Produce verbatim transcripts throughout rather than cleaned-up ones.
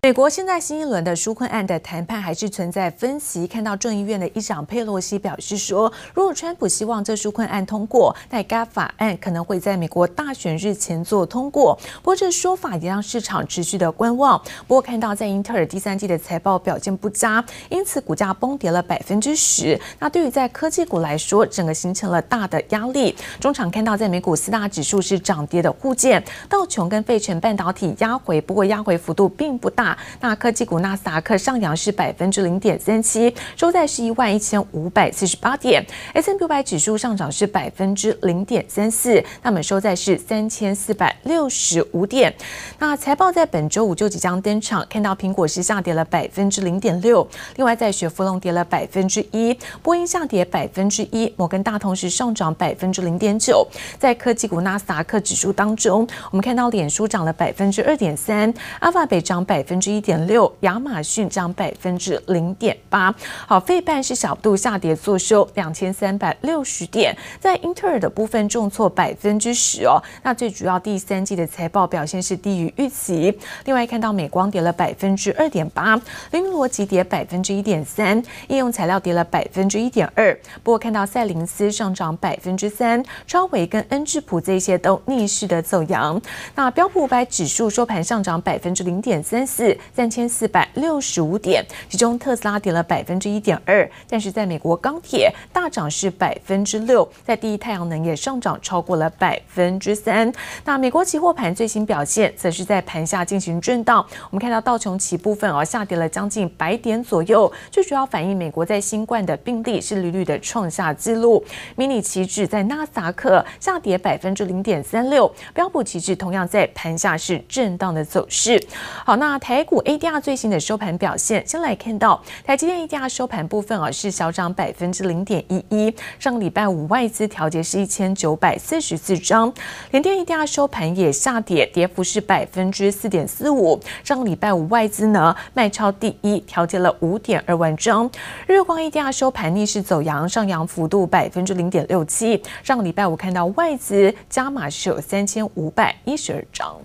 美国现在新一轮的纾困案的谈判还是存在分歧。看到众议院的议长佩洛西表示说，如果川普希望这纾困案通过，那该法案可能会在美国大选日前做通过。不过这说法也让市场持续的观望。不过看到在英特尔第三季的财报表现不佳，因此股价崩跌了百分之十。那对于在科技股来说，整个形成了大的压力。中场看到在美股四大指数是涨跌的互见，道琼跟费城半导体压回，不过压回幅度并不大。那科技股纳斯达克上扬是百分之零点三七，收在是一万一千五百四十八点。S and P 五百指数上涨是百分之零点三四，那么收在是三千四百六十五点。那财报在本周五就即将登场，看到苹果是下跌了百分之零点六，另外在雪佛龙跌了百分之一，波音下跌百分之一，摩根大通是上涨百分之零点九。在科技股纳斯达克指数当中，我们看到脸书涨了百分之二点三，阿法北涨百分之一点六，亚马逊涨百分之零点八。好，费半是小度下跌作收两千三百六十点。在英特尔的部分重挫百分之十哦。那最主要第三季的财报表现是低于预期。另外看到美光跌了百分之二点八，凌云逻辑跌百分之一点三，应用材料跌了百分之一点二。不过看到赛灵思上涨百分之三，超微跟恩智浦这些都逆势的走阳。那标普五百指数收盘上涨百分之零点三四。三千四百六十五点，其中特斯拉跌了百分之一点二，但是在美国钢铁大涨是百分之六，在第一太阳能也上涨超过了百分之三。那美国期货盘最新表现，则是在盘下进行震荡。我们看到道琼期部分哦下跌了将近百点左右，最主要反映美国在新冠的病例是屡屡的创下纪录。迷你期指在纳斯达克下跌百分之零点三六，标普期指同样在盘下是震荡的走势。好，那台股 A D R 最新的收盘表现，先来看到台积电 A D R 收盘部分啊是小涨百分之零点一一，上个礼拜五外资调节是一千九百四十四张，联电 A D R 收盘也下跌，跌幅是百分之四点四五，上个礼拜五外资呢卖超第一，调节了五点二万张，日月光 A D R 收盘逆势走阳，上扬幅度百分之零点六七，上个礼拜五看到外资加码是有三千五百一十二张。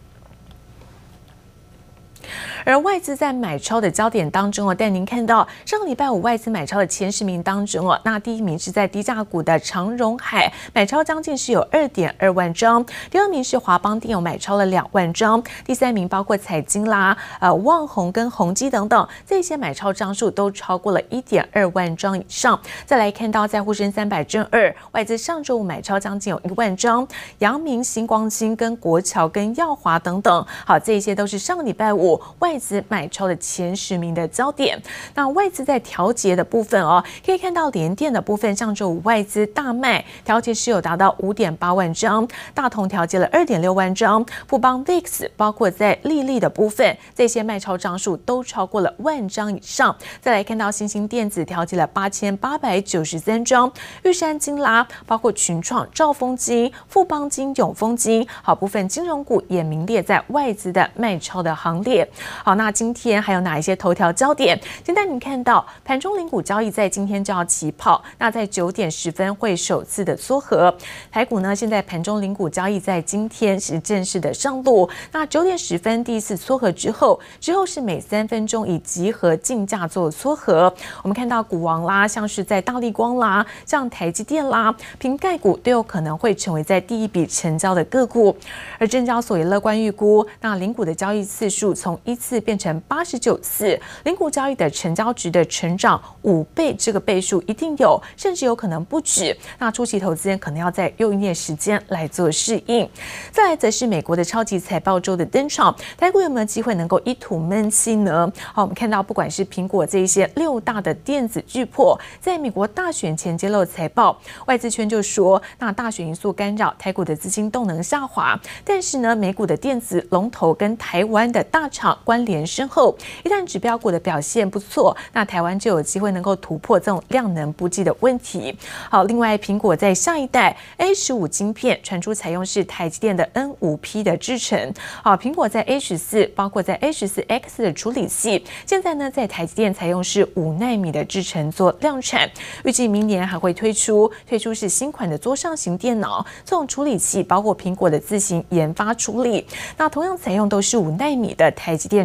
而外资在买超的焦点当中哦，带您看到上个礼拜五外资买超的前十名当中哦，那第一名是在低价股的长荣海，买超将近是有二点二万张，第二名是华邦电有买超了两万张，第三名包括彩晶啦、呃旺宏跟宏基等等，这些买超张数都超过了一点二万张以上。再来看到在沪深三百正二，外资上周五买超将近有一万张，阳明、新光金跟国桥跟耀华等等，好，这些都是上个礼拜五外资买超的前十名的焦点。那外资在调节的部分哦，可以看到联电的部分，上周五外资大卖，调节是有达到五点八万张，大同调节了二点六万张，富邦 V I X 包括在力立的部分，这些卖超张数都超过了万张以上。再来看到新兴电子调节了八千八百九十三张，玉山金啦，包括群创、兆丰金、富邦金、永丰金，好，部分金融股也名列在外资的卖超的行列。好，那今天还有哪一些头条焦点？现在你看到盘中零股交易在今天就要起跑，那在九点十分会首次的撮合。台股呢，现在盘中零股交易在今天是正式的上路。那九点十分第一次撮合之后，之后是每三分钟以集合竞价做撮合。我们看到股王啦，像是在大立光啦，像台积电啦，瓶盖股都有可能会成为在第一笔成交的个股。而证交所也乐观预估，那零股的交易次数从一次变成八十九次，零股交易的成交值的成长五倍，这个倍数一定有，甚至有可能不止。那初期投资人可能要在用一点时间来做适应。再来则是美国的超级财报周的登场，台股有没有机会能够一吐闷气呢？好，我们看到不管是苹果这一些六大的电子巨擘，在美国大选前揭露财报，外资圈就说，那大选因素干扰台股的资金动能下滑，但是呢，美股的电子龙头跟台湾的大厂关联深厚，一旦指标股的表现不错，那台湾就有机会能够突破这种量能不济的问题。好，另外苹果在下一代 A 十五 晶片传出采用是台积电的 N 五 P 的制程。好，苹果在 A 十四，包括在 A 十四 X 的处理器，现在呢在台积电采用是五奈米的制程做量产，预计明年还会推出推出是新款的桌上型电脑，这种处理器包括苹果的自行研发处理，那同样采用都是五奈米的台积电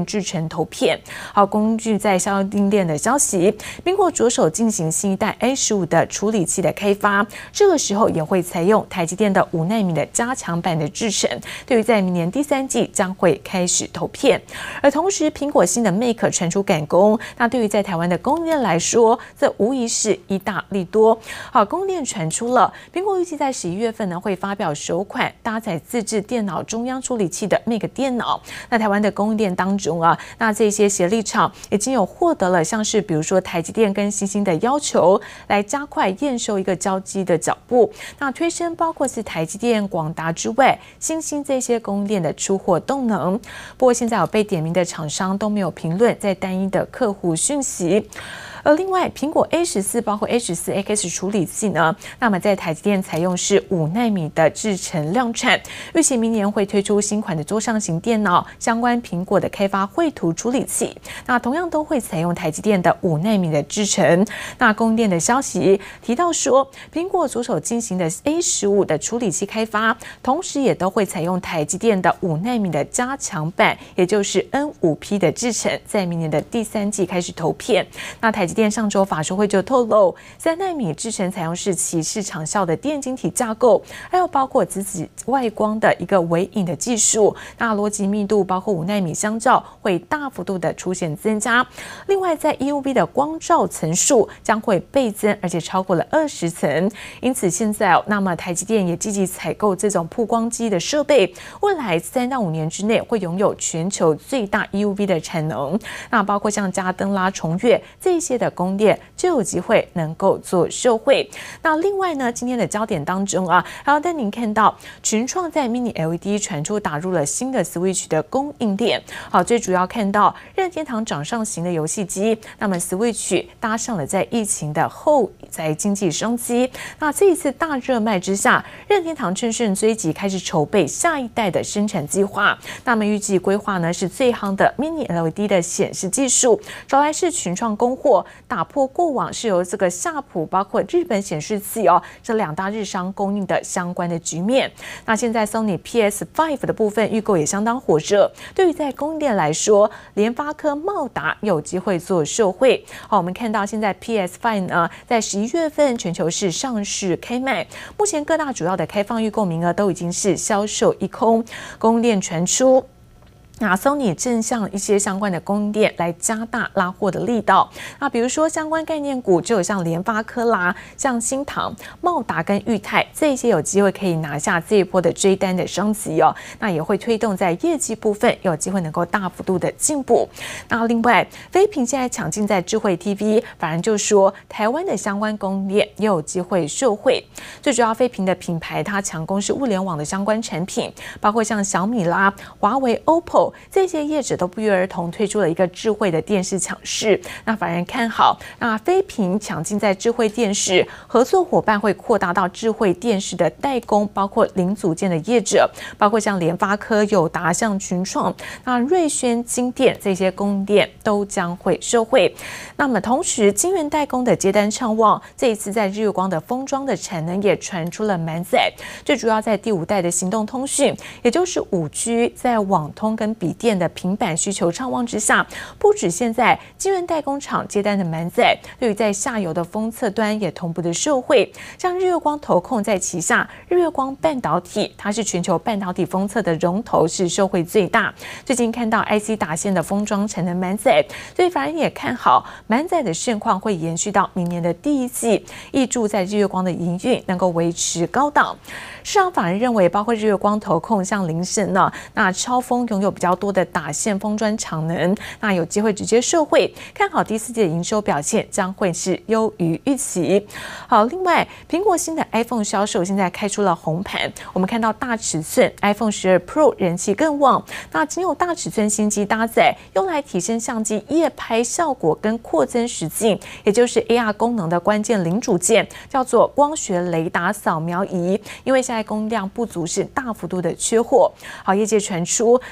制程投片。好，根据在消丁链的消息，苹果着手进行新一代 A 十五的处理器的开发，这个时候也会采用台积电的五奈米的加强版的制程，对于在明年第三季将会开始投片。而同时，苹果新的 Mac 传出赶工，那对于在台湾的供应链来说，这无疑是一大利多。好，供应链传出了，苹果预计在十一月份呢会发表首款搭载自制电脑中央处理器的 Mac 电脑。那台湾的供应链当中啊，那这些协力厂已经有获得了像是比如说台积电跟欣兴的要求，来加快验收一个交机的脚步。那推升包括是台积电、广达之外，欣兴这些供应链的出货动能。不过现在有被点名的厂商都没有评论在单一的客户讯息。而另外，苹果 A 十四包括 A 十四 X 处理器呢，那么在台积电采用是五奈米的制程量产，预期明年会推出新款的桌上型电脑相关苹果的开发绘图处理器，那同样都会采用台积电的五奈米的制程。那供应链的消息提到说，苹果着手进行的 A 十五的处理器开发，同时也都会采用台积电的五奈米的加强版，也就是 N 五 P 的制程，在明年的第三季开始投片。那台积电上周法说会就透露，三奈米制程采用是其市场效的电晶体架构，还有包括紫紫外光的一个微影的技术。那逻辑密度包括五奈米相较会大幅度的出现增加。另外，在 E U V 的光照层数将会倍增，而且超过了二十层。因此，现在那么台积电也积极采购这种曝光机的设备，未来三到五年之内会拥有全球最大 E U V 的产能。那包括像嘉登啦、重越这些的供电就有机会能够做受惠。那另外呢，今天的焦点当中啊，还要带您看到群创在 Mini L E D 传出打入了新的 Switch 的供应链。好，最主要看到任天堂掌上型的游戏机，那么 Switch 搭上了在疫情的后在经济升级。那这一次大热卖之下，任天堂乘胜追击，开始筹备下一代的生产计划。那么预计规划呢是最夯的 Mini L E D 的显示技术，找来是群创供货，打破过往是由这个夏普包括日本显示器哦这两大日商供应的相关的局面。那现在 Sony P S 五 的部分预购也相当火热，对于在供应链来说，联发科、茂达有机会做受惠。好，我们看到现在 P S 五 呢，在十一月份全球是上市开卖，目前各大主要的开放预购名额都已经是销售一空，供应链传出。那 Sony 正向一些相关的供应链来加大拉货的力道。那比如说相关概念股，就有像联发科啦、像新唐、茂达跟裕泰这些有机会可以拿下这一波的追单的升级哦。那也会推动在业绩部分有机会能够大幅度的进步。那另外，飞屏现在抢进在智慧 T V， 反而就说台湾的相关供应链也有机会受惠。最主要飞屏的品牌，它强攻是物联网的相关产品，包括像小米啦、华为、O P P O。这些业者都不约而同推出了一个智慧的电视抢市，那法人看好，那飞屏抢进在智慧电视，合作伙伴会扩大到智慧电视的代工，包括零组件的业者，包括像联发科、友达、像群创、那瑞轩、金电这些供应链都将会受惠。那么同时，晶圆代工的接单畅旺，这一次在日月光的封装的产能也传出了满载，最主要在第五代的行动通讯，也就是五 G， 在网通跟笔电的平板需求畅旺之下，不止现在晶圆代工厂接单的满载，对于在下游的封测端也同步的受惠。像日月光投控在旗下日月光半导体，它是全球半导体封测的龙头，是受惠最大。最近看到 I C 打线的封装产能满载，所以法人也看好满载的盛况会延续到明年的第一季，挹注在日月光的营运能够维持高档。市场法人认为，包括日月光投控、像凌盛呢，那超丰拥有比较多的打线封装产能，那有机会直接受惠，看好第四季的营收表现将会是优于预期。好，另外，苹果新的 iPhone 销售现在开出了红盘，我们看到大尺寸 iPhone 十二 Pro 人气更旺，那仅有大尺寸新机搭载，用来提升相机夜拍效果跟扩增实境，也就是 A R 功能的关键零组件，叫做光学雷达扫描仪，因为现在供应量不足，是大幅度的缺货。好，业界传出，那苹果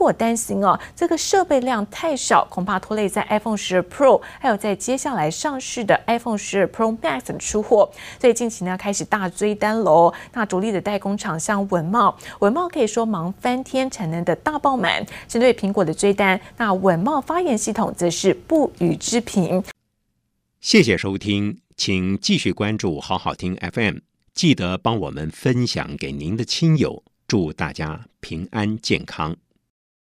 果担心哦，这个设备量太少，恐怕拖累在 iPhone 十二 Pro 还有在接下来上市的 iPhone 十二 Pro Max 的出货，所以近期呢开始大追单喽。那主力的代工厂像稳懋，稳懋可以说忙翻天，产能的大爆满。针对苹果的追单，那稳懋发言系统则是不予置评。 谢谢收听，请继续关注好好听 F M， 记得帮我们分享给您的亲友，祝大家平安健康。